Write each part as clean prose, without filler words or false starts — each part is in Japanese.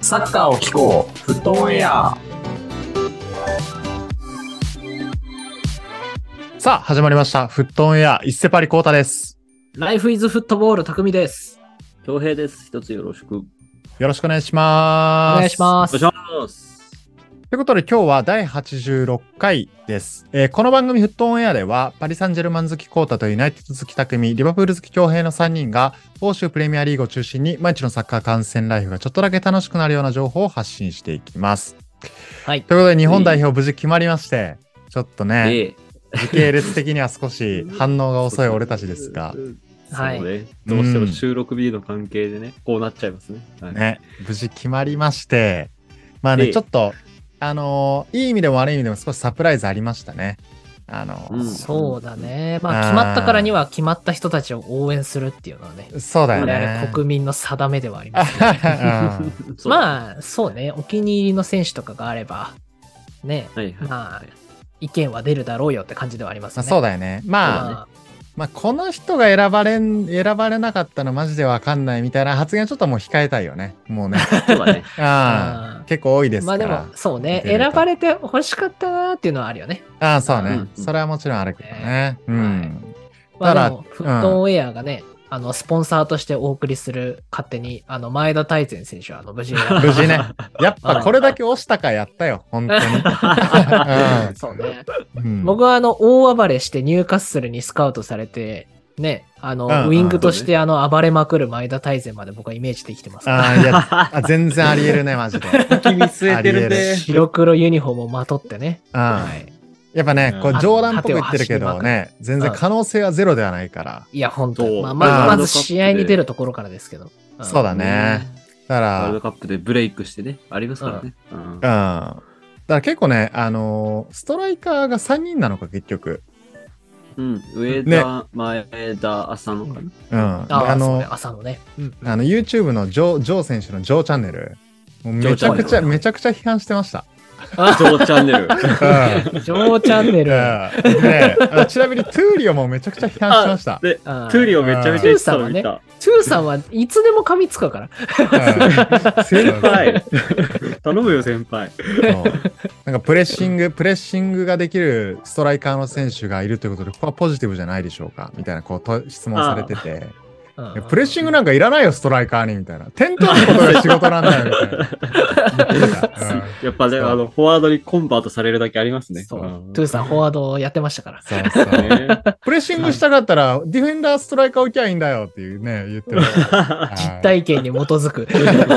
サッカーを聞こう、フットオンエア。 さあ始まりました。フットオンエア、一世パリコータです。 ライフイズフットボール匠です。 恭平です。一つよろしく。 よろしくお願いします。 お願いします。 お願いします。 ということで今日は第86回です。この番組フットオンエアではパリ・サンジェルマン好きコータとユナイテッド好き匠、リバプール好き恭平の3人が欧州プレミアリーグを中心に毎日のサッカー観戦ライフがちょっとだけ楽しくなるような情報を発信していきます。 はい。 ということで日本代表無事決まりまして、ちょっとね、時系列的には少し反応が遅い俺たちですが、 はい。 そうね。どうしても収録日の関係でね、こうなっちゃいますね。はい、 ね、無事決まりまして、まあね、ちょっといい意味でも悪い意味でも少しサプライズありましたね。 そうだね。まあ決まったからには決まった人たちを応援するっていうのはね。 そうだよね。 国民の定めではありますけど、ねまあそうね。お気に入りの選手とかがあればね、まあ意見は出るだろうよって感じではありますね。 そうだよね。まあこの人が選ばれなかったのマジでわかんないみたいな発言はちょっともう控えたいよね。もうね。 そうだね。 結構多いですから。 まあでもそうね。選ばれて欲しかったなっていうのはあるよね。 そうね。それはもちろんあるけどね。 まあでもフットオンエアがね、スポンサーとしてお送りする勝手に前田大然選手は無事ね。 やっぱこれだけ押したかやったよ本当に。 そうね。僕は大暴れしてニューカッスルにスカウトされてね、ウイングとして暴れまくる前田大然まで僕はイメージできてますから。全然ありえるねマジで。 気見据えてるね。 白黒ユニフォームをまとってね。はい。 やっぱね、こう冗談っぽく言ってるけどね、全然可能性はゼロではないから。 いや、本当まず試合に出るところからですけど。 そうだね。だから、 ワールドカップでブレイクしてね、ありますからね。 だから結構ね、ストライカーが3人なのか、結局。 上田、前田、浅野かな。 浅野ね。 YouTube のジョー選手のジョーチャンネル、もうめちゃくちゃ批判してました。 ジョーチャンネル。 ジョーチャンネル。 ちなみにトゥーリオもめちゃくちゃ批判しました。 トゥーリオめちゃめちゃ言ってたの見た。 トゥーさんはいつでも噛みつくから。 先輩。頼むよ先輩。 なんかプレッシングができるストライカーの選手がいるということで、ここはポジティブじゃないでしょうかみたいな質問されてて。プレッシングなんかいらないよストライカーにみたいな。点取ることが仕事なんだよみたいな。 やっぱね、フォワードにコンバートされるだけありますね。 トゥーさんフォワードをやってましたから。 プレッシングしたかったらディフェンダーストライカー置きゃいいんだよっていうね、言ってる。 実体験に基づく。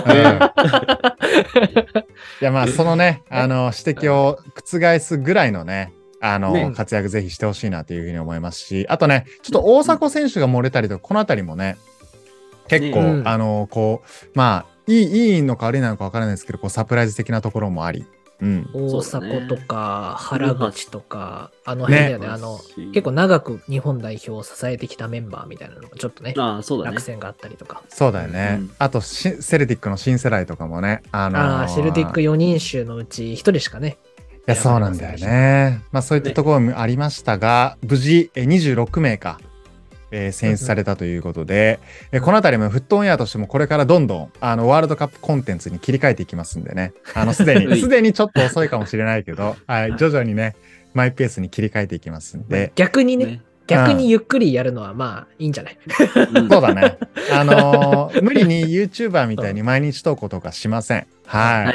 いやまあそのね、指摘を覆すぐらいのね、活躍ぜひしてほしいなというふうに思いますし、あとね、ちょっと大迫選手が漏れたりとか、このあたりもね、結構、こう、まあ、いいのか悪いのか分からないですけど、こう、サプライズ的なところもあり。 大迫とか、原口とか、辺だよね、結構長く日本代表を支えてきたメンバーみたいなのがちょっとね、落選があったりとか。 そうだよね。あと、セルティックの新世代とかもね、 セルティック4人衆のうち1人しかね、 いや、そうなんだよね。まあそういったところもありましたが、無事26名か、選出されたということで、このあたりもフットオンエアとしてもこれからどんどんワールドカップコンテンツに切り替えていきますんでね、すでにちょっと遅いかもしれないけど、徐々にね、マイペースに切り替えていきますんで。 逆にゆっくりやるのはまあいいんじゃない？ そうだね。無理に YouTuber みたいに毎日投稿とかしません。はい。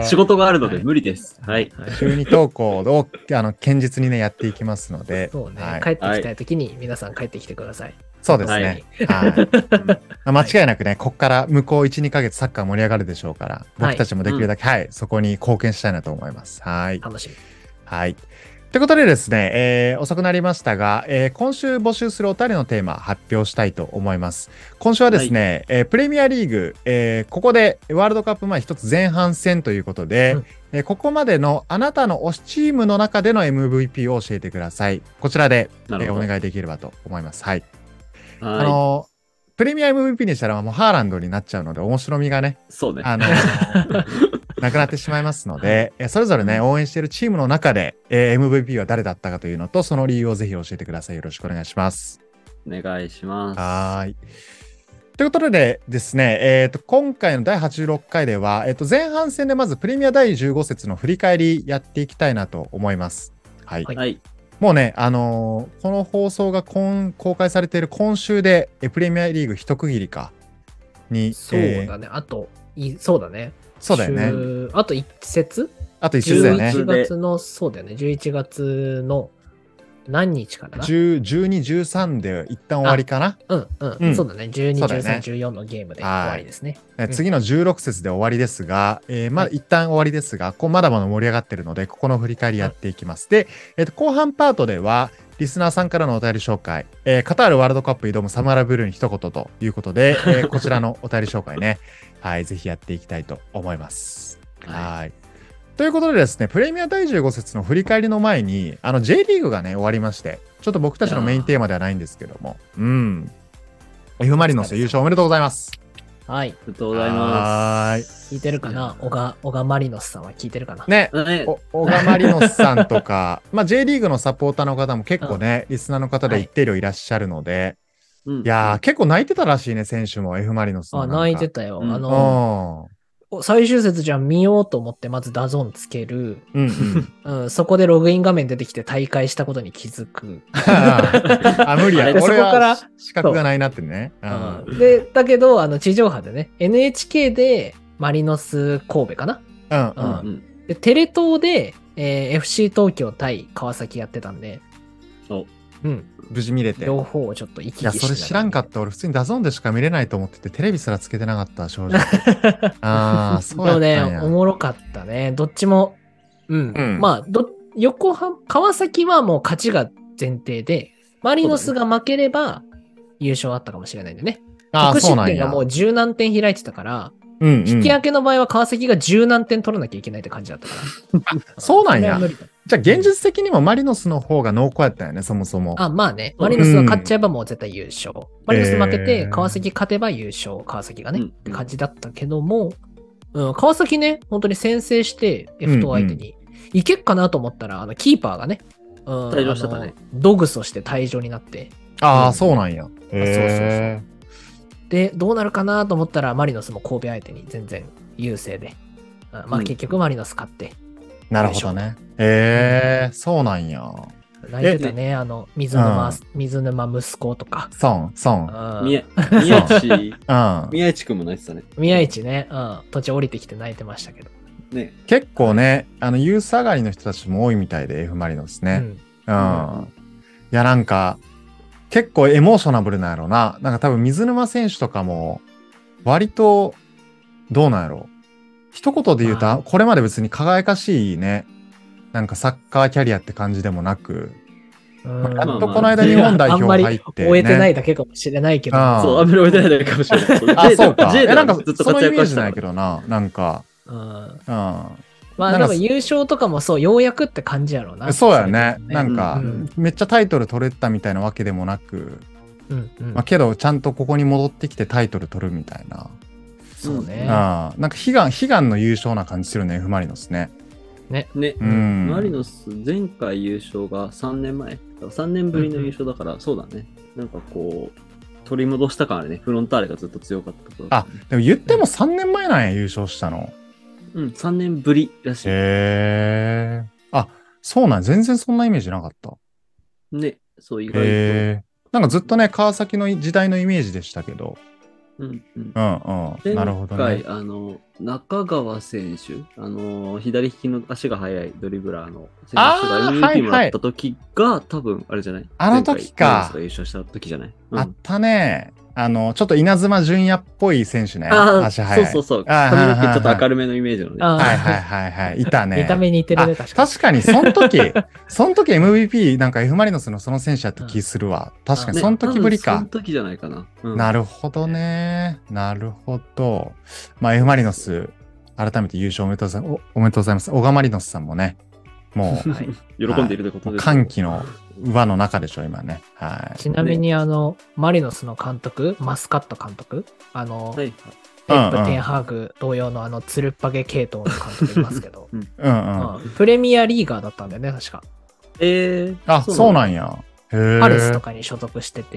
仕事があるので無理です。はい。 週2投稿を堅実にねやっていきますので。 そうね。帰ってきたい時に皆さん帰ってきてください。 そうですね。間違いなくね、こっから向こう1、2ヶ月サッカー盛り上がるでしょうから、僕たちもできるだけそこに貢献したいなと思います。はい。 楽しみ。 はい。ということでですね、遅くなりましたが、今週募集するお便りのテーマ発表したいと思います。今週はですね、プレミアリーグ、ここでワールドカップ前一つ前半戦ということで、ここまでのあなたの推しチームの中での MVP を教えてください。こちらで、お願いできればと思います。はい。プレミア MVP にしたらもうハーランドになっちゃうので面白みがね、 そうね。 なくなってしまいますので、それぞれね、応援しているチームの中で、MVP は誰だったかというのと、その理由をぜひ教えてください。よろしくお願いします。 お願いします。 はい。 ということでですね、今回の第86回では、前半戦でまずプレミア第15節の振り返りやっていきたいなと思います。はい。 はい。 もうね、この放送が公開されている今週で、プレミアリーグ一区切りかに。 そうだね。そうだね。 そうだよね。 あと1節あと1節だよね。 11月の、そうだよね。11月の何日からだ ?12、13で一旦終わりかな。 そうだね。12、13、14のゲームで終わりですね。 次の16節で終わりですが、一旦終わりですが、まだまだ盛り上がってるので、ここの振り返りやっていきます。で、後半パートでは、リスナーさんからのお便り紹介、カタールワールドカップ挑むサムラブルーに一言ということで、こちらのお便り紹介ね、はい、ぜひやっていきたいと思います。はい。ということでですね、プレミア第15節の振り返りの前に、J リーグがね、終わりまして、ちょっと僕たちのメインテーマではないんですけども、F マリノス優勝おめでとうございます。 はい。 ありがとうございます。 聞いてるかな？小賀マリノスさんは聞いてるかな？ ね。小賀マリノスさんとか、J リーグのサポーターの方も結構ね、リスナーの方で一定量いらっしゃるので、いやー、結構泣いてたらしいね、選手も F マリノスの。 泣いてたよ。最終節じゃん見ようと思ってまずダゾーンつける、そこでログイン画面出てきて大会したことに気づく。 無理や。俺は資格がないなってね。 で、だけど、地上波でね、NHK でマリノス神戸かな。で、テレ東で、FC 東京対川崎やってたんで、 無事見れて。 両方をちょっと行き来しながら。 いや、それ知らんかった。俺普通にダゾーンでしか見れないと思ってて、テレビすらつけてなかった、正直。そうやったんや。 でもね、おもろかったね。どっちも、川崎はもう勝ちが前提で、マリノスが負ければ優勝あったかもしれないんでね。得失点がもう十何点開いてたから、引き分けの場合は川崎が十何点取らなきゃいけないって感じだったから。 そうなんや。じゃあ現実的にもマリノスの方が濃厚やったよね、そもそも。 まあね。マリノスは勝っちゃえばもう絶対優勝。マリノス負けて川崎勝てば優勝。川崎がね、って感じだったけども、川崎ね、本当に先制して F と相手にいけっかなと思ったら、キーパーがね、 退場しちゃったね。 ドグソして退場になって。 そうなんや。 そう。で、どうなるかなと思ったら、マリノスも神戸相手に全然優勢で。結局マリノス勝って。 なるほどね。そうなんや。 泣いてたね、水沼息子とか。 宮市くんも泣いてたね。 宮市ね、途中降りてきて泣いてましたけど。 ね。結構ね、ユース上がりの人たちも多いみたいで、F マリノスね。いや、なんか、結構エモーショナブルなんやろな。なんか多分水沼選手とかも、割と、どうなんやろ。一言で言うと、これまで別に輝かしいね、なんかサッカーキャリアって感じでもなく、やっとこの間日本代表入って、ね。 あんまり終えてないだけかもしれないけど。 そう、あんまり終えてないだけかもしれない。 そうか。なんか、 ずっとそのイメー活躍したジないけどな、なんか。 でも優勝とかもそう、ようやくって感じやろうな。 そうやね。なんか、めっちゃタイトル取れたみたいなわけでもなく、けど、ちゃんとここに戻ってきてタイトル取るみたいな。 そうね。 なんか悲願の優勝な感じするね、F マリノスね。 マリノス前回優勝が3年前。3年ぶりの優勝だから、そうだね。なんかこう、取り戻した感あるね。フロンターレがずっと強かったところ。 でも言っても3年前なんや、優勝したの。 3年ぶりらしい。 そうなん、全然そんなイメージなかった。 ね、そう意外と。 なんかずっとね、川崎の時代のイメージでしたけど。なるほどね。 前回、中川選手、左利きの足が速いドリブラーの選手が MVP もらった時が、多分、あれじゃない？ あの時か。 優勝した時じゃない？ あったね。ちょっと稲妻純也っぽい選手ね。足速い。 そう。髪の毛ちょっと明るめのイメージのね。 はい。いたね。 見た目似てるね、 確かに。その時 MVP なんか F マリノスのその選手やった気するわ。確かに、その時ぶりか。 その時じゃないかな。 なるほどね。なるほど。F マリノス、改めて優勝おめでとうございます。小川マリノスさんもね、もう、 喜んでいるということです。 歓喜の輪の中でしょ、今ね。 ちなみに、マリノスの監督、マスカット監督、ペップ・テンハーグ同様のつるっぱげ系統の監督いますけど、プレミアリーガーだったんだよね、確か。 そうなんや。 パレスとかに所属してて、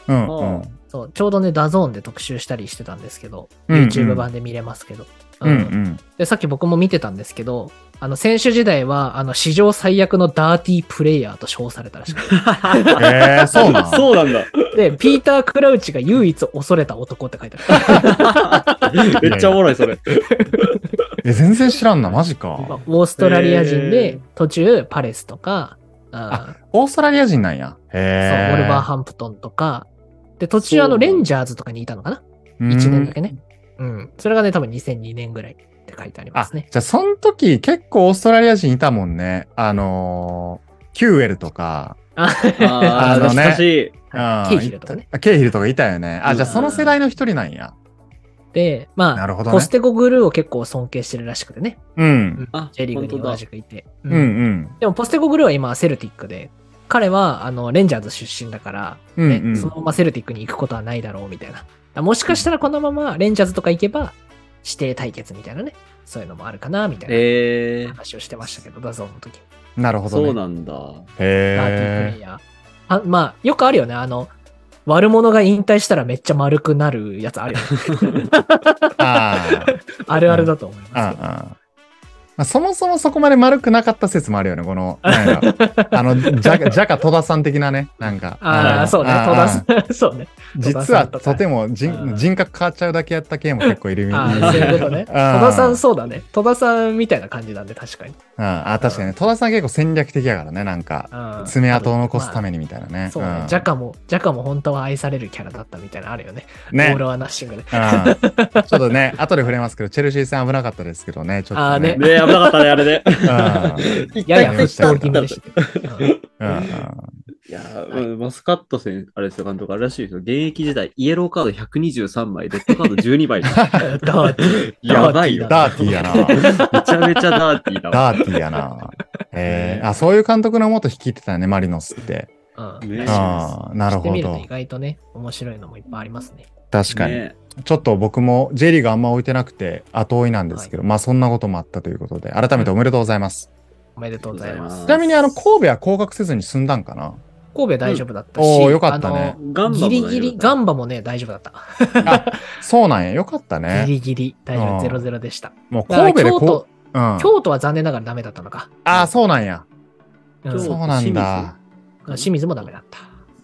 そうちょうどね、ダゾーンで特集したりしてたんですけど、YouTube 版で見れますけど。で、さっき僕も見てたんですけど、選手時代は、史上最悪のダーティープレイヤーと称されたらしくて。 そうなんそうなんだ。 で、ピーター・クラウチが唯一恐れた男って書いてある。めっちゃおもろい、それ。 全然知らんな、マジか。 オーストラリア人で、途中、パレスとか、 オーストラリア人なんや。 そう、ウォルバーハンプトンとか、で、途中レンジャーズとかにいたのかな ?1 年だけね。それがね、多分2002年ぐらいって書いてありますね。 じゃあ、その時結構オーストラリア人いたもんね。キューエルとか。 懐しい。 ケイヒルとかね。 ケイヒルとかいたよね。じゃあその世代の一人なんや。 で、まあ、ポステゴグルーを結構尊敬してるらしくてね。J リーグに同じくいて。でも、ポステゴグルーは今、セルティックで、彼は、レンジャーズ出身だから、そのままセルティックに行くことはないだろう、みたいな。もしかしたらこのままレンジャーズとか行けば、指定対決みたいなね。そういうのもあるかな、みたいな話をしてましたけど、ダゾーンの時。 なるほどね。 そうなんだ。 ダーティープレイヤー。まあ、よくあるよね。悪者が引退したらめっちゃ丸くなるやつあるよね。あるあるだと思いますけど。 そもそもそこまで丸くなかった説もあるよね。この、ジャカ戸田さん的なね。なんか。 そうね。戸田さん。そうね。 実はとても人格変わっちゃうだけやった系も結構いるみたいな。そういうことね。戸田さんそうだね。戸田さんみたいな感じなんで、確かに。 確かに。戸田さん結構戦略的やからね。なんか、爪痕を残すためにみたいなね。 そうね。ジャカも本当は愛されるキャラだったみたいなのあるよね。オールはナッシングで。ちょっとね、後で触れますけど、チェルシー戦危なかったですけどね。ちょっとね。 危なかったね、あれね。 ややフットボール気味でした。 いやマスカット選手、あれですよ、監督、あれらしいですよ。現役時代、イエローカード123枚、レッドカード12枚。やばいよ。 ダーティーやな。 めちゃめちゃダーティーだ。 ダーティーやな。そういう監督のもと率いてたね、マリノスって。なるほど。 してみると意外とね、面白いのもいっぱいありますね。 確かに。ちょっと僕も J リーグあんま置いてなくて後追いなんですけど、まあそんなこともあったということで、改めておめでとうございます。 おめでとうございます。 ちなみに神戸は降格せずに済んだんかな？ 神戸大丈夫だったし、 よかったね。 ギリギリ、ガンバもね、大丈夫だった。 そうなんや、よかったね。 ギリギリ、大丈夫、0-0でした。 もう神戸で京都は残念ながらダメだったのか。 そうなんや。そうなんだ。 清水もダメだった。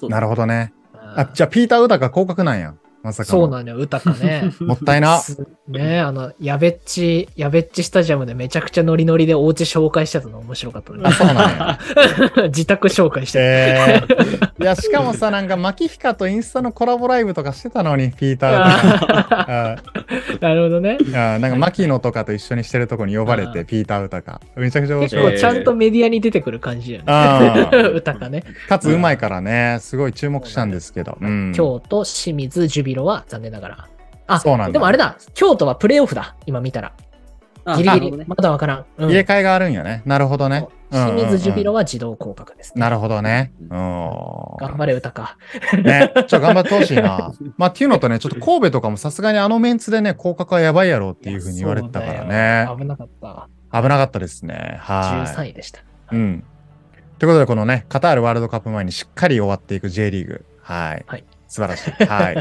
なるほどね。じゃあピーター・ウタカ降格なんや。まさかそうなんだよ、ウタカね。 もったいな。 ねやべっちスタジアムでめちゃくちゃノリノリでお家紹介してたの面白かったね。 そうなんや。 自宅紹介していや、しかもさ、なんか、マキヒカとインスタのコラボライブとかしてたのに、ピーターとか。 なるほどね。 なんか、マキノとかと一緒にしてるとこに呼ばれて、ピーターウタカ。めちゃくちゃ面白い。結構ちゃんとメディアに出てくる感じやね。ウタカね。 かつ、うまいからね、すごい注目したんですけど。 京都、清水、ジュビロは残念ながら。 そうなんだ。 でもあれだ、京都はプレーオフだ、今見たら。ギリギリ、まだわからん。 入れ替えがあるんよね。なるほどね。 清水ジュビロは自動降格ですね。 なるほどね。 頑張れ、歌か。 ね、頑張ってほしいな。まあ、っていうのとね、ちょっと神戸とかもさすがにメンツでね、降格はやばいやろうっていうふうに言われてたからね。 危なかった。 危なかったですね。はい。 13位でした。 ということで、このね、カタールワールドカップ前にしっかり終わっていく J リーグ。はい。素晴らしい。はい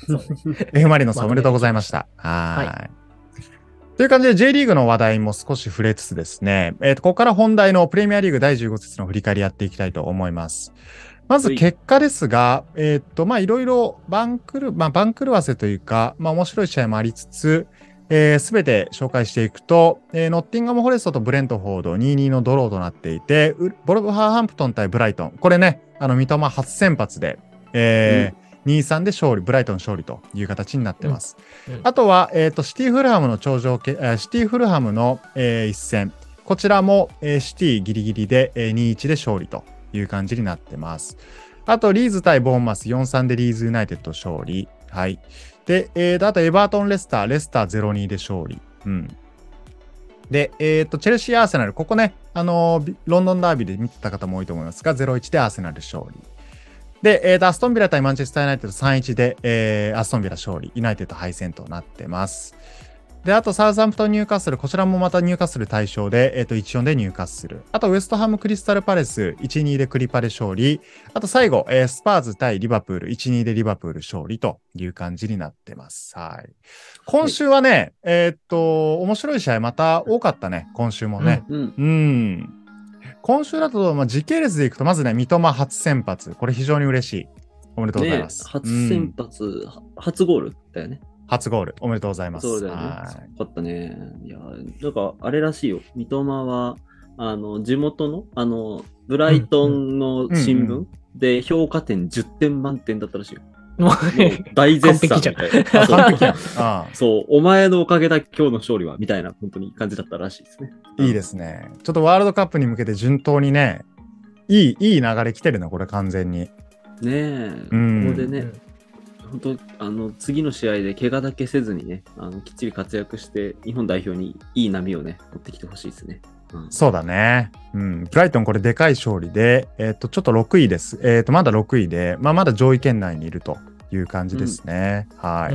。F マリノスおめでとうございました。はい。という感じで J リーグの話題も少し触れつつですね、ここから本題のプレミアリーグ第15節の振り返りやっていきたいと思います。まず結果ですが、まあいろいろ番狂わせというか、まあ面白い試合もありつつ、すべて紹介していくと、ノッティンガム・フォレストとブレントフォード 2-2 のドローとなっていて、ボルハーハンプトン対ブライトン。これね、三笘初先発で、2-3で勝利、ブライトン勝利という形になってます。あとは、シティフルハムのシティフルハムの、一戦。こちらも、シティギリギリで、2-1で勝利という感じになってます。あと、リーズ対ボーンマス 4-3 でリーズユナイテッド勝利。はい。で、あと、エバートン・レスター 0-2で勝利。で、チェルシー・アーセナル、ここね、ロンドンダービーで見てた方も多いと思いますが、0-1でアーセナル勝利。で、アストンビラ対マンチェスターユナイテッド 3-1 で、アストンビラ勝利、ユナイテッド敗戦となってます。 で、あと、サウザンプトン・ニューカッスル、こちらもまたニューカッスル対象で、1-4でニューカッスル。あと、ウエストハム・クリスタル・パレス、1-2でクリパレ勝利。あと、最後、スパーズ対リバプール、1-2でリバプール勝利という感じになってます。はい。今週はね、面白い試合また多かったね、今週もね。今週だと、時系列でいくと、まずね、三笘初先発。これ非常に嬉しい。おめでとうございます。 初先発、初ゴールだよね。 初ゴール、おめでとうございます。 そうだよね。よかったね。いや、なんか、あれらしいよ。三笘は、地元の、ブライトンの新聞で評価点10点満点だったらしいよ。もう大絶賛みたいな。完璧じゃん。そう、お前のおかげだ、今日の勝利は、みたいな、本当に感じだったらしいですね。 いいですね。ちょっとワールドカップに向けて順当にね、いい流れ来てるな、これ完全に。 ねえ、ここでね、本当次の試合で怪我だけせずにね、きっちり活躍して日本代表にいい波をね持ってきてほしいですね。 そうだね。ブライトンこれでかい勝利で、ちょっと6位です。まだ6位で、まだ上位圏内にいるという感じですね。はい。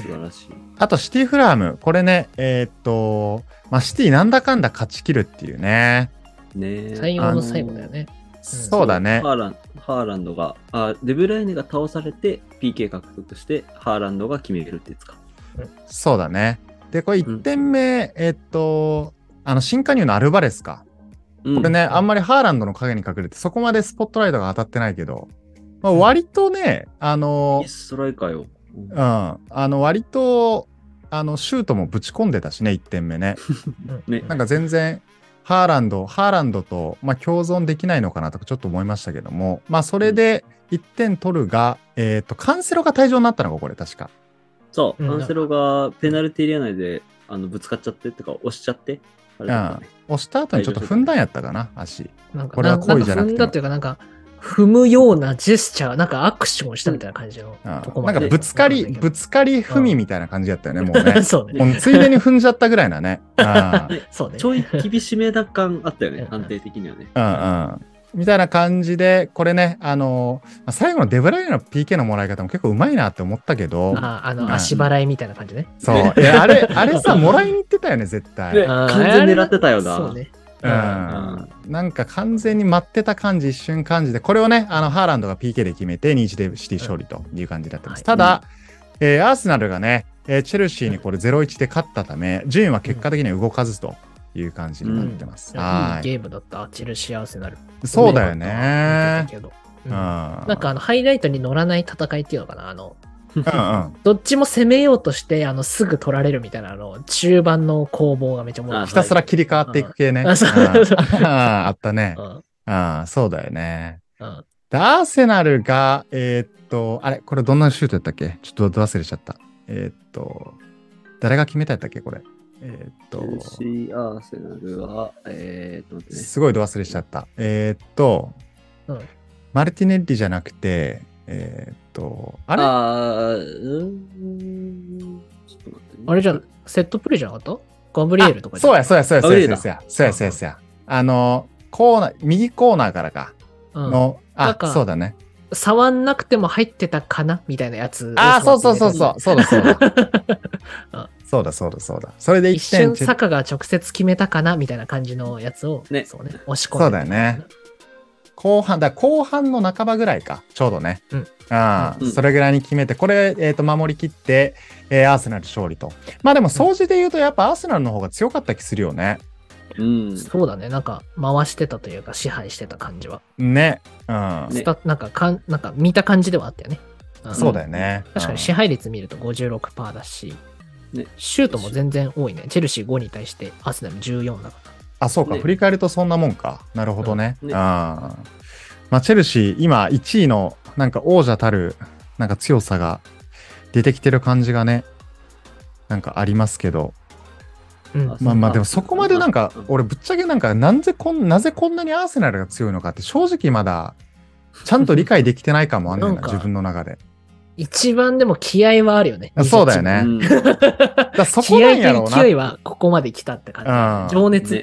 素晴らしい。 あとシティフラーム、これね、シティなんだかんだ勝ち切るっていうね。 最後の最後だよね。 そうだね。 ハーランドが、デブライネが倒されて PK 獲得して、ハーランドが決めるってやつか。 そうだね。で、これ1点目、新加入のアルバレスか。これね、あんまりハーランドの影に隠れて、そこまでスポットライトが当たってないけど、割とね、 いいストライカーよ。 割と、シュートもぶち込んでたしね、1点目ね。なんか全然、ハーランドと、共存できないのかなとかちょっと思いましたけども、それで1点取るが、カンセロが退場になったのか、これ、確か。 そう、カンセロがペナルティーエリア内でぶつかっちゃってってか、押しちゃって。 押した後にちょっと踏んだんやったかな、足。 これは故意じゃなくて。踏んだっていうか、なんか、踏むようなジェスチャー、なんかアクションをしたみたいな感じの。 なんかぶつかり踏みみたいな感じだったよね、もうね。 そうね。 もうついでに踏んじゃったぐらいなね。 そうね。 ちょい厳しめな感あったよね、判定的にはね。 みたいな感じで、これね、最後のデブライネの PK のもらい方も結構うまいなって思ったけど。 足払いみたいな感じね。 そう。あれさ、もらいに行ってたよね、絶対。 完全狙ってたよな。 そうね。 なんか完全に待ってた感じ、一瞬感じで、これをね、ハーランドが PK で決めて、2-1でシティ勝利という感じだったんです。ただ、アーセナルがね、チェルシーにこれ 0-1 で勝ったため、順位は結果的には動かずという感じになってます。 いいゲームだった、チェルシー・アーセナル。 そうだよね。 なんかハイライトに乗らない戦いっていうのかな、どっちも攻めようとして、すぐ取られるみたいな、中盤の攻防がめちゃ面白い。 ひたすら切り替わっていく系ね。あったね。そうだよね。アーセナルが、あれ、これどんなシュートやったっけ？ちょっと忘れちゃった。誰が決めたやったっけこれ。 チェルシー・アーセナルは、 すごいど忘れしちゃった。マルティネッリじゃなくて、あれあれじゃん、セットプレーじゃなかったガブリエルとかそうや。コーナー、右コーナーからか。そうだね。 触んなくても入ってたかなみたいなやつ。 そうだ。そうだ。それで一瞬サカが直接決めたかなみたいな感じのやつを、押し込んで。 そうだよね。後半の半ばぐらいか、ちょうどね。それぐらいに決めて、これ、守り切って、アーセナル勝利と。でも、総じで言うと、やっぱアーセナルの方が強かった気するよね。 そうだね。なんか、回してたというか、支配してた感じは。 ね。 なんか見た感じではあったよね。 そうだよね。 確かに支配率見ると 56% だし、シュートも全然多いね。チェルシー5に対して、アーセナル14だから。 そうか、振り返るとそんなもんか。なるほどね。チェルシー、今、1位の、なんか王者たる、なんか強さが出てきてる感じがね、なんかありますけど。でもそこまでなんか、俺ぶっちゃけなんか、なぜこんなにアーセナルが強いのかって、正直まだ、ちゃんと理解できてないかもあんねんな、自分の中で。 一番でも気合はあるよね。 そうだよね。そこなんやろうな。 気合と勢いはここまで来たって感じ。情熱。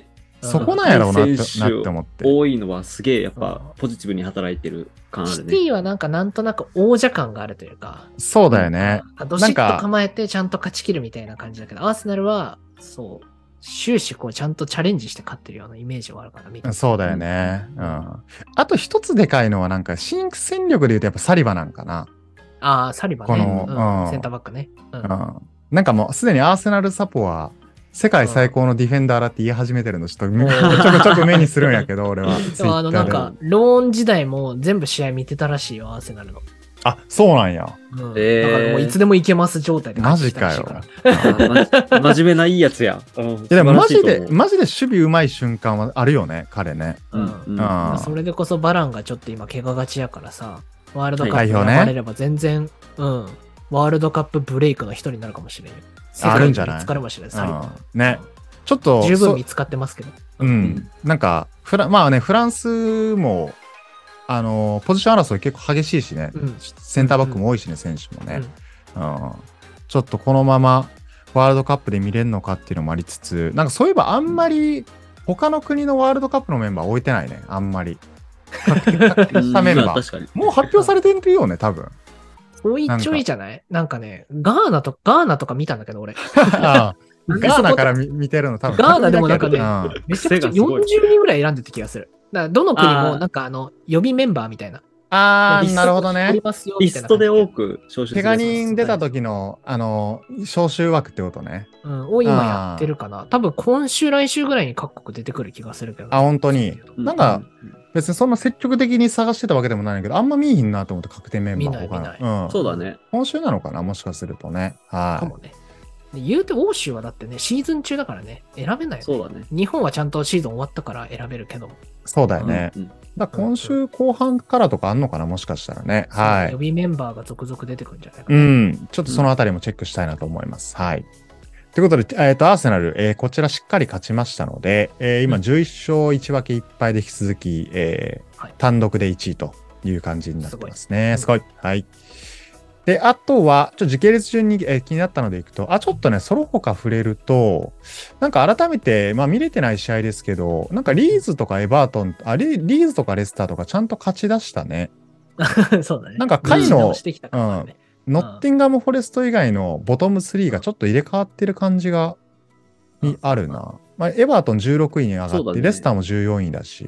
そこなんやろうなって思って。 多いのはすげえやっぱポジティブに働いてる感あるね。 シティはなんとなく王者感があるというか。 そうだよね。 どしっと構えてちゃんと勝ち切るみたいな感じだけど、アーセナルは、そう、終始こうちゃんとチャレンジして勝ってるようなイメージはあるから見て。 そうだよね。あと一つでかいのはなんか新戦力で言うとやっぱサリバなんかな。 ああ、サリバね。センターバックね。 なんかもうすでにアーセナルサポは世界最高のディフェンダーだって言い始めてるのちょくちょく目にするんやけど、俺は。 なんか、ローン時代も全部試合見てたらしいよ、アーセナルの。 あ、そうなんや。 だからもういつでもいけます状態でマジかよ。 真面目ないいやつや。 でもマジで守備うまい瞬間はあるよね、彼ね。 それでこそバランがちょっと今怪我がちやからさ、ワールドカップに選ばれれば全然、ワールドカップブレイクの一人になるかもしれない。 あるんじゃない？ 見つかるかもしれない。 ね。ちょっと。 十分見つかってますけど。 なんか、まあね、フランスも、ポジション争い結構激しいしね。センターバックも多いしね、選手もね。ちょっとこのままワールドカップで見れるのかっていうのもありつつ、なんかそういえばあんまり他の国のワールドカップのメンバー置いてないね、あんまり。したメンバー。もう発表されてるよね、多分。 ちょいちょいじゃない？なんかね、ガーナとか見たんだけど、俺。 ガーナから見てるの多分。 ガーナでもなんかね、めちゃくちゃ40人ぐらい選んでた気がする。だからどの国もなんか予備メンバーみたいな。 なるほどね。 リストで多く招集怪我人出た時の、招集枠ってことね。 を今やってるかな。多分今週来週ぐらいに各国出てくる気がするけど。 本当に。なんか、別にそんな積極的に探してたわけでもないけど、あんま見えひんなと思って確定メンバー見ない。 そうだね。 今週なのかな、もしかするとね。はい。 かもね。言うて欧州はだってね、シーズン中だからね、選べない、 そうだね。 日本はちゃんとシーズン終わったから選べるけど。 そうだよね。だ今週後半からとかあんのかな、もしかしたらね。はい。 予備メンバーが続々出てくるんじゃないかな。 ちょっとそのあたりもチェックしたいなと思います。はい。ということで、アーセナル、こちらしっかり勝ちましたので、今11勝1分け1敗で引き続き、単独で1位という感じになってますね。すごい。はい。で、あとは、時系列順に、気になったのでいくと、ちょっとね、その他触れると、なんか改めて、見れてない試合ですけど、なんかリーズとかエバートン、リーズとかレスターとかちゃんと勝ち出したね。 そうだね。 なんか回の、ノッティンガム・フォレスト以外のボトム3がちょっと入れ替わってる感じが、あるな。エバートン16位に上がって、レスターも14位だし、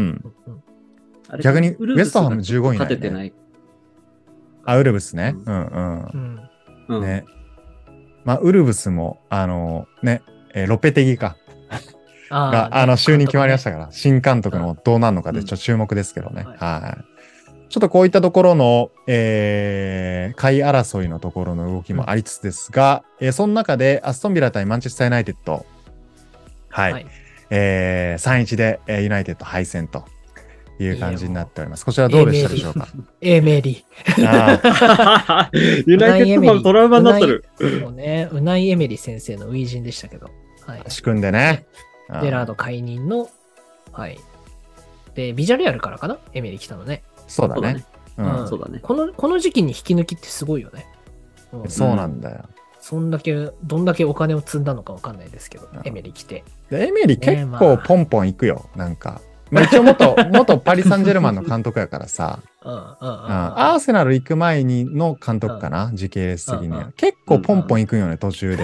逆にウェストハム15位勝ててない。 ウルブスね。ね。ウルブスも、ロペテギか。が、就任決まりましたから、新監督のどうなるのかでちょっと注目ですけどね。はい。ちょっとこういったところの、下位争いのところの動きもありつつですが、その中でアストンビラ対マンチェスターユナイテッド。はい。3-1でユナイテッド敗戦という感じになっております。こちらどうでしたでしょうか？ メリー。ユナイテッドファントラウマになってる。 そうね、ウナイエメリ先生の初陣でしたけど。はい。 仕組んでね。 デラード解任の、はい。で、ビジャレアルからかな？エメリ来たのね。 そうだね。 そうだね。 この時期に引き抜きってすごいよね。 そうなんだよ。 どんだけお金を積んだのかわかんないですけど、エメリ来て。 エメリ結構ポンポン行くよ、なんか。一応元パリ・サンジェルマンの監督やからさ。アーセナル行く前の監督かな、時系列的には。結構ポンポン行くんよね、途中で。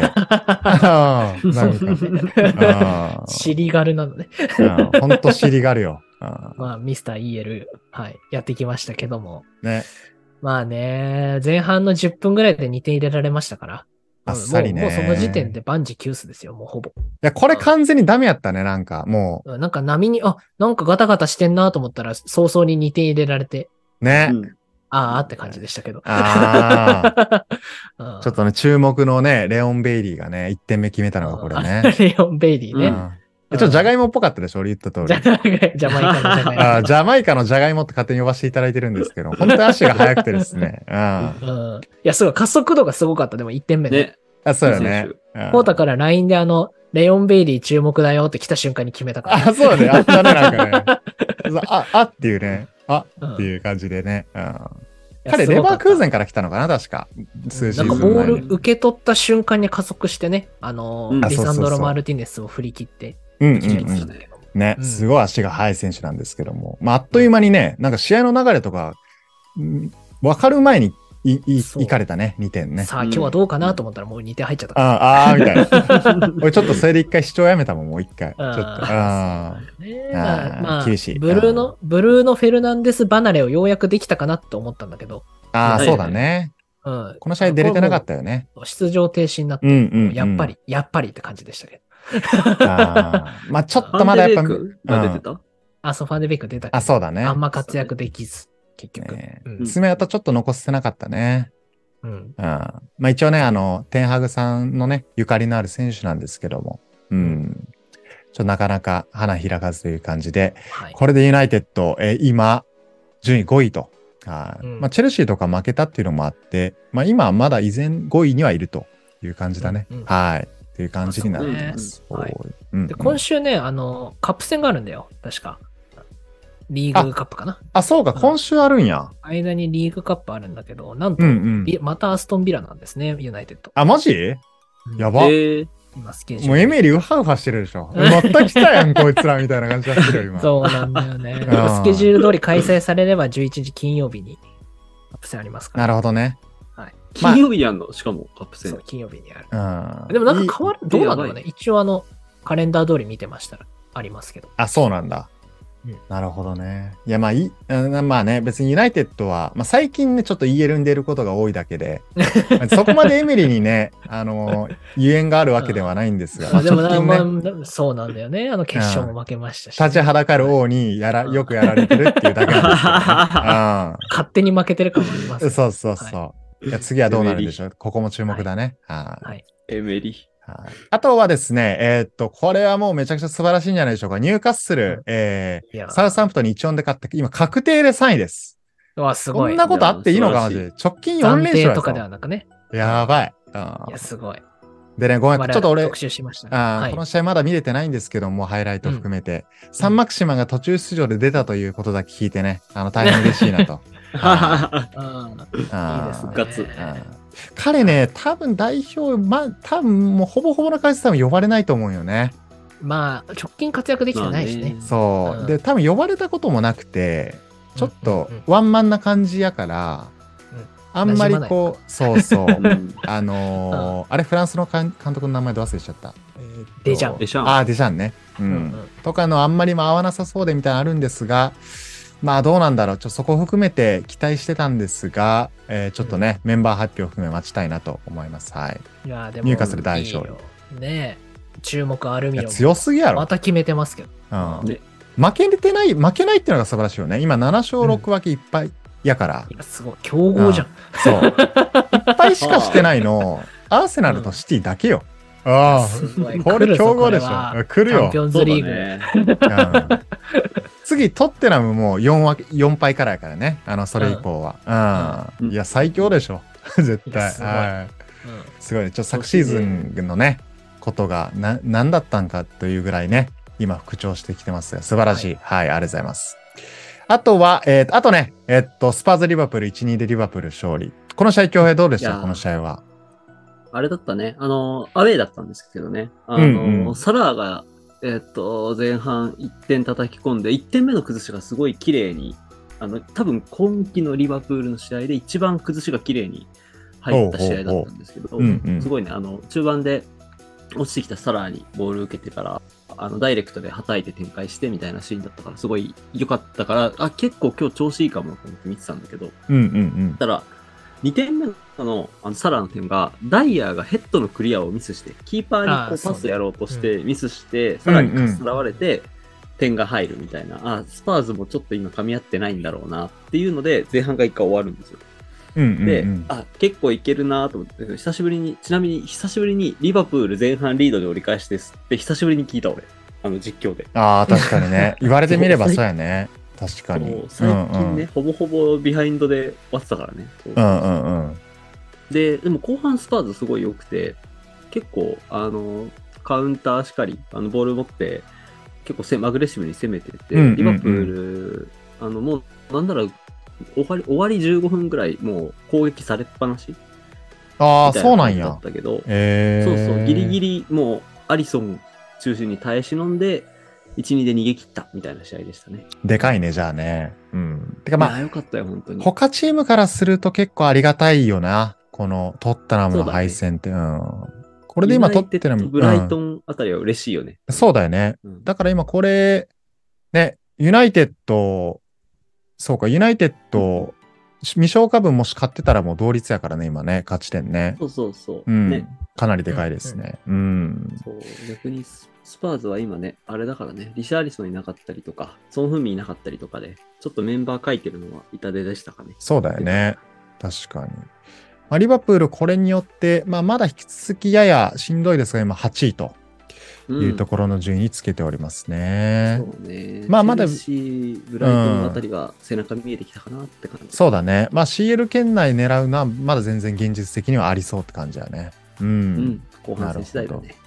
尻軽なのね。 ほんと尻軽よ。 ミスター EL、はい、やってきましたけども。 ね。 前半の10分ぐらいで2点入れられましたから。 あっさりね。 もうその時点で万事休すですよ、もうほぼ。いや、これ完全にダメやったね、なんか、もう。なんか波に、なんかガタガタしてんなと思ったら、早々に2点入れられて。 ね。 って感じでしたけど。 ちょっとね、注目のね、レオン・ベイリーがね、1点目決めたのがこれね。 レオン・ベイリーね。 ちょっとジャガイモっぽかったでしょ、俺言った通り。 ジャマイカのジャガイモ。 ジャマイカのジャガイモって勝手に呼ばせていただいてるんですけど、本当に足が速くてですね。 いや、すごい、加速度がすごかった、でも1点目ね。 そうよね。 コータから LINE でレオン・ベイリー注目だよって来た瞬間に決めたから。 そうだね、あったね、なんかね。っていうね。っていう感じでね。彼、レバークーゼンから来たのかな、確か。数シーズン前に。 なんかボール受け取った瞬間に加速してね、リサンドロ・マルティネスを振り切って、 ね、すごい足が速い選手なんですけども、あっという間にね、なんか試合の流れとか、分かる前に行かれたね、2点ね。 さあ、今日はどうかなと思ったらもう2点入っちゃったから。みたいな。俺ちょっとそれで一回視聴やめたもん、もう一回。ちょっと。厳しい。 ブルーノ・フェルナンデス離れをようやくできたかなと思ったんだけど。 そうだね。この試合出れてなかったよね。 出場停止になって、やっぱりって感じでしたけど。 ちょっとまだやっぱ。 ファンデベイクが出てた？ ファンデベイク出たけど。 そうだね。 あんま活躍できず、結局。 爪痕ちょっと残せなかったね。一応ね、テンハグさんのね、ゆかりのある選手なんですけども、ちょっとなかなか花開かずという感じで、これでユナイテッド、今、順位5位と。チェルシーとか負けたっていうのもあって、今まだ依然5位にはいるという感じだね。っていう感じになってます。 で、今週ね、カップ戦があるんだよ、確か。リーグカップかな。 そうか、今週あるんや。 間にリーグカップあるんだけど、なんと、またアストンビラなんですね、ユナイテッド。 マジ？やば。 今スケジュール。 もうエメリウハウハしてるでしょ。また来たやん、こいつらみたいな感じになってるよ、今。 そうなんだよね。スケジュール通り開催されれば11日金曜日にカップ戦ありますから。 なるほどね。 金曜日にやるの？しかもカップ戦。 そう、金曜日にある。でもなんか変わる、どうなんだろうね。一応カレンダー通り見てましたらありますけど。 そうなんだ。なるほどね。いや、ね、別にユナイテッドは、最近ね、ちょっと EL に出ることが多いだけで、そこまでエミリーにね、ゆえんがあるわけではないんですが。 でもそうなんだよね。決勝も負けましたし。 立ちはだかる王によくやられてるっていうだけなんですけどね。 勝手に負けてる感もあります。 そう。いや、次はどうなるんでしょう。ここも注目だね。 エメリ。 あとはですね、これはもうめちゃくちゃ素晴らしいんじゃないでしょうか。ニューカッスル、サウサンプトンに1-4で勝って、今確定で3位です。 すごい。 こんなことあっていいのかマジで。直近4連勝とかではなくね。 やばい。 いや、すごい。 でね、ごめん、ちょっと俺、 特集しました。 この試合まだ見れてないんですけども、ハイライト含めて、サンマクシマが途中出場で出たということだけ聞いてね、大変嬉しいなと。 いいですね。 ガツ。 彼ね、多分代表、多分もうほぼほぼの回数多分呼ばれないと思うよね。 直近活躍できてないしね。 そう。で、多分呼ばれたこともなくて、ちょっとワンマンな感じやから、あんまりこう、そう。あれ、フランスの監督の名前で忘れちゃった。 デジャン。 デジャンね。とかのあんまり合わなさそうでみたいなのあるんですが、どうなんだろう。そこを含めて期待してたんですが、ちょっとね、メンバー発表を含め待ちたいなと思います。はい。 いや、でも。 ニューカッスル大勝利。 ね注目アルミロン。 強すぎやろ。 また決めてますけど。 負けないっていうのが素晴らしいよね。今7勝6分けいっぱいやから。 すごい。強豪じゃん。 そう。いっぱいしかしてないの、アーセナルとシティだけよ。これ強豪でしょ。来るよ。 チャンピオンズリーグ。 次、トッテナムも4敗からやからね。それ以降は。いや、最強でしょ。絶対。すごいね。昨シーズンのね、ことが何だったんかというぐらいね、今復調してきてますが、素晴らしい。はい、ありがとうございます。あとは、あとね、スパーズ・リバプール 1-2 でリバプール勝利。この試合、恭平どうでしたこの試合は。 あれだったね。アウェーだったんですけどね。サラーが、前半1点叩き込んで、1点目の崩しがすごい綺麗に、多分今季のリバプールの試合で一番崩しが綺麗に入った試合だったんですけど、すごいね、中盤で落ちてきたサラーにボール受けてから、ダイレクトで叩いて展開してみたいなシーンだったから、すごい良かったから、結構今日調子いいかもと思って見てたんだけど、ただ、2点目のサラの点が、ダイヤーがヘッドのクリアをミスして、キーパーにこうパスやろうとしてミスして、さらにかすらわれて、点が入るみたいな、スパーズもちょっと今噛み合ってないんだろうなっていうので、前半が1回終わるんですよ。で、結構いけるなと思って、ちなみに久しぶりにリバプール前半リードで折り返しですって久しぶりに聞いた俺、実況で。 確かにね。言われてみればそうやね。確かに。 最近ね、ほぼほぼビハインドで終わってたからね。でも後半スパーズすごい良くて、結構、カウンターしかり、ボール持って、結構アグレッシブに攻めてて、リバプール、もう、なんだろう、終わり15分ぐらい、もう攻撃されっぱなし。 そうなんや。 だったけど、ギリギリ、もう、アリソン中心に耐え忍んで、 1、2で逃げ切ったみたいな試合でしたね。 でかいね、じゃあね。うん。てかまあ、 よかったよ、本当に。 他チームからすると結構ありがたいよな。このトッテナムの敗戦って。これで今トッテナム。 ブライトンあたりは嬉しいよね。 そうだよね。だから今これ、ね、ユナイテッド、そうか、ユナイテッド、未消化分もし買ってたらもう同率やからね、今ね、勝ち点ね。 そう。 ね。かなりでかいですね。そう、 逆にスパーズは今ね、あれだからね、リシャーリソンいなかったりとか、ソン・フンミンいなかったりとかで、ちょっとメンバー書いてるのは痛手でしたかね。 そうだよね。確かに。リバプールこれによって、まだ引き続きややしんどいですが、今8位というところの順位つけておりますね。 そうね。 まだブライトンのあたりが背中見えてきたかなって感じ。 そうだね。CL 圏内狙うのはまだ全然現実的にはありそうって感じだね。 後半戦次第だね。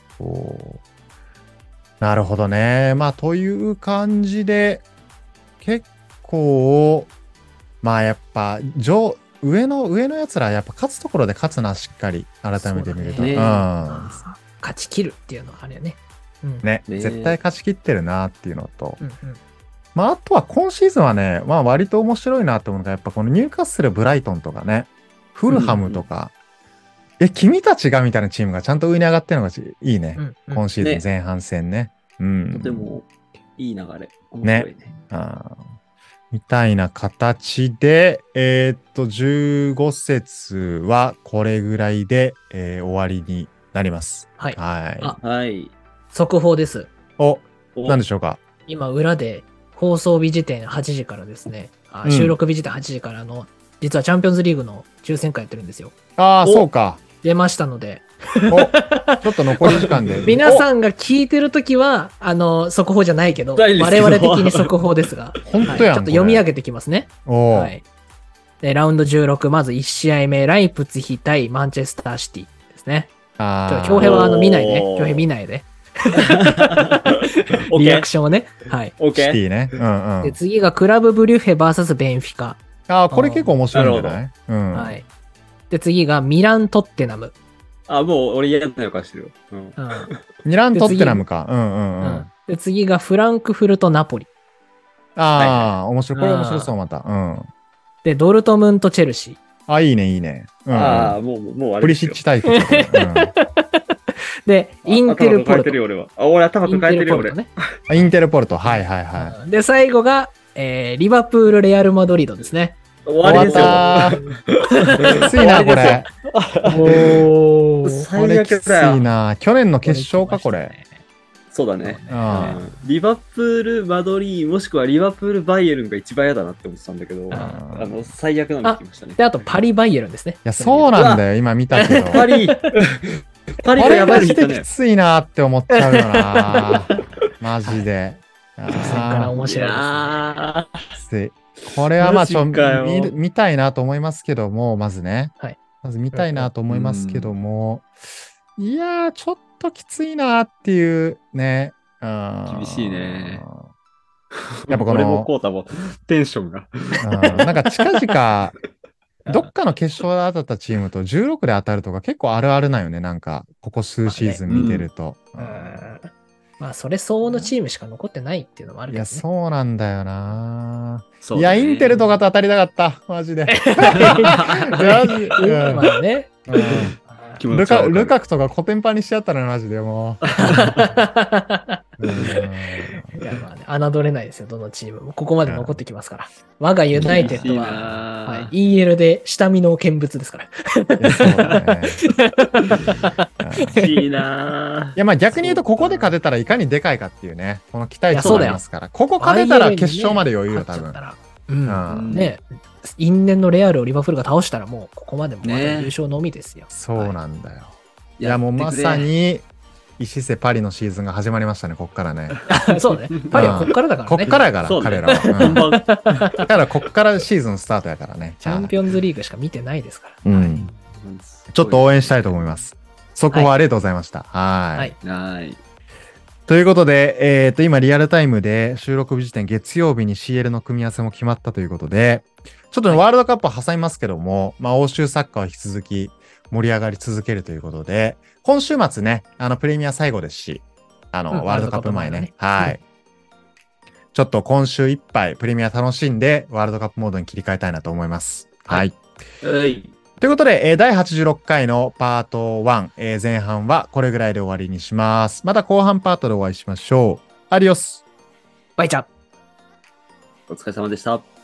なるほどね。という感じで、結構、やっぱ、上のやつらやっぱ勝つところで勝つな、しっかり。改めて見ると。 勝ち切るっていうのはあるよね。 ね。絶対勝ち切ってるなっていうのと。あとは今シーズンはね、割と面白いなと思うのが、やっぱこのニューカッスル、ブライトンとかね、フルハムとか、君たちがみたいなチームがちゃんと上に上がってるのがいいね。今シーズン前半戦ね。 とてもいい流れ。面白いね。 みたいな形で、15節はこれぐらいで、終わりになります。 はい。 はい。 速報です。 何でしょうか。 今、裏で放送日時点8時からですね、収録日時点8時から実はチャンピオンズリーグの抽選会やってるんですよ。 そうか。 出ましたので。 ちょっと残り時間で。 皆さんが聞いてるときは、速報じゃないけど、我々的に速報ですが、 本当やん、 ちょっと読み上げてきますね。で、ラウンド16、まず1試合目、ライプツヒ対マンチェスターシティですね。恭平は見ないで。恭平見ないで。リアクションをね。はい。 シティね。 で、次がクラブブリュッフェ VS ベンフィカ。 これ結構面白いんじゃない？ はい。で、次がミラン・トッテナム。 もう俺嫌な予感してるよ。 ミラン・トッテナムか。 で、次がフランクフルト・ナポリ。 面白い。これ面白そう、また。 で、ドルトムント・チェルシー。いいね、いいね。 もうあれ。 プリシッチタイプ。 で、インテルポルト。 俺頭抱えてるよ、俺。 インテルポルト。はいはいはい。 で、最後が、リバプール・レアル・マドリードですね。 終わりですよ。 きついな、これ。 これきついな。去年の決勝か、これ。 そうだね。リバプール、マドリー、もしくはリバプール、バイエルンが一番嫌だなって思ってたんだけど、最悪なの聞きましたね。 で、あとパリ・バイエルンですね。 いや、そうなんだよ、今見たけど。 パリがやばい人ね。 きついなって思っちゃうよな。マジで。 そっから面白いですね。 これは見たいなと思いますけども、まずね。まず見たいなと思いますけども、いやー、ちょっときついなっていうね。 厳しいね。 やっぱこの、 俺もこうたもテンションが。 なんか近々、どっかの決勝で当たったチームと16で当たるとか結構あるあるなんよね。なんか、ここ数シーズン見てると。 それ相応のチームしか残ってないっていうのもあるけどね。 いや、そうなんだよな。いや、インテルとかと当たりたかった。マジで。マジね。 ルカクとかコテンパンにしちゃったのマジでもう。 いや侮れないですよ、どのチームも。ここまで残ってきますから。我がユナイテッドは、EL で下見の見物ですから。 いいな。 いや、逆に言うと、ここで勝てたらいかにでかいかっていうね、この期待値がありますから。ここ勝てたら決勝まで余裕よ、多分。 ね、因縁のレアルをリバプールが倒したらもうここまでもまだ優勝のみですよ。 そうなんだよ。いや、もうまさに、石瀬パリのシーズンが始まりましたね、こっからね。 そうね。パリはこっからだからね。 こっからやから、彼らは。だからこっからシーズンスタートやからね。 チャンピオンズリーグしか見てないですから。 ちょっと応援したいと思います。速報ありがとうございました。はい。ということで、今リアルタイムで収録日時点月曜日に CL の組み合わせも決まったということで、ちょっと、ワールドカップは挟みますけども、欧州サッカーは引き続き盛り上がり続けるということで、今週末ね、プレミア最後ですし、ワールドカップ前ね。はい。 ちょっと今週いっぱいプレミア楽しんで、ワールドカップモードに切り替えたいなと思います。はい。 はい。 ということで、第86回のパート1、前半はこれぐらいで終わりにします。また後半パートでお会いしましょう。アディオス。 バイチャ。 お疲れ様でした。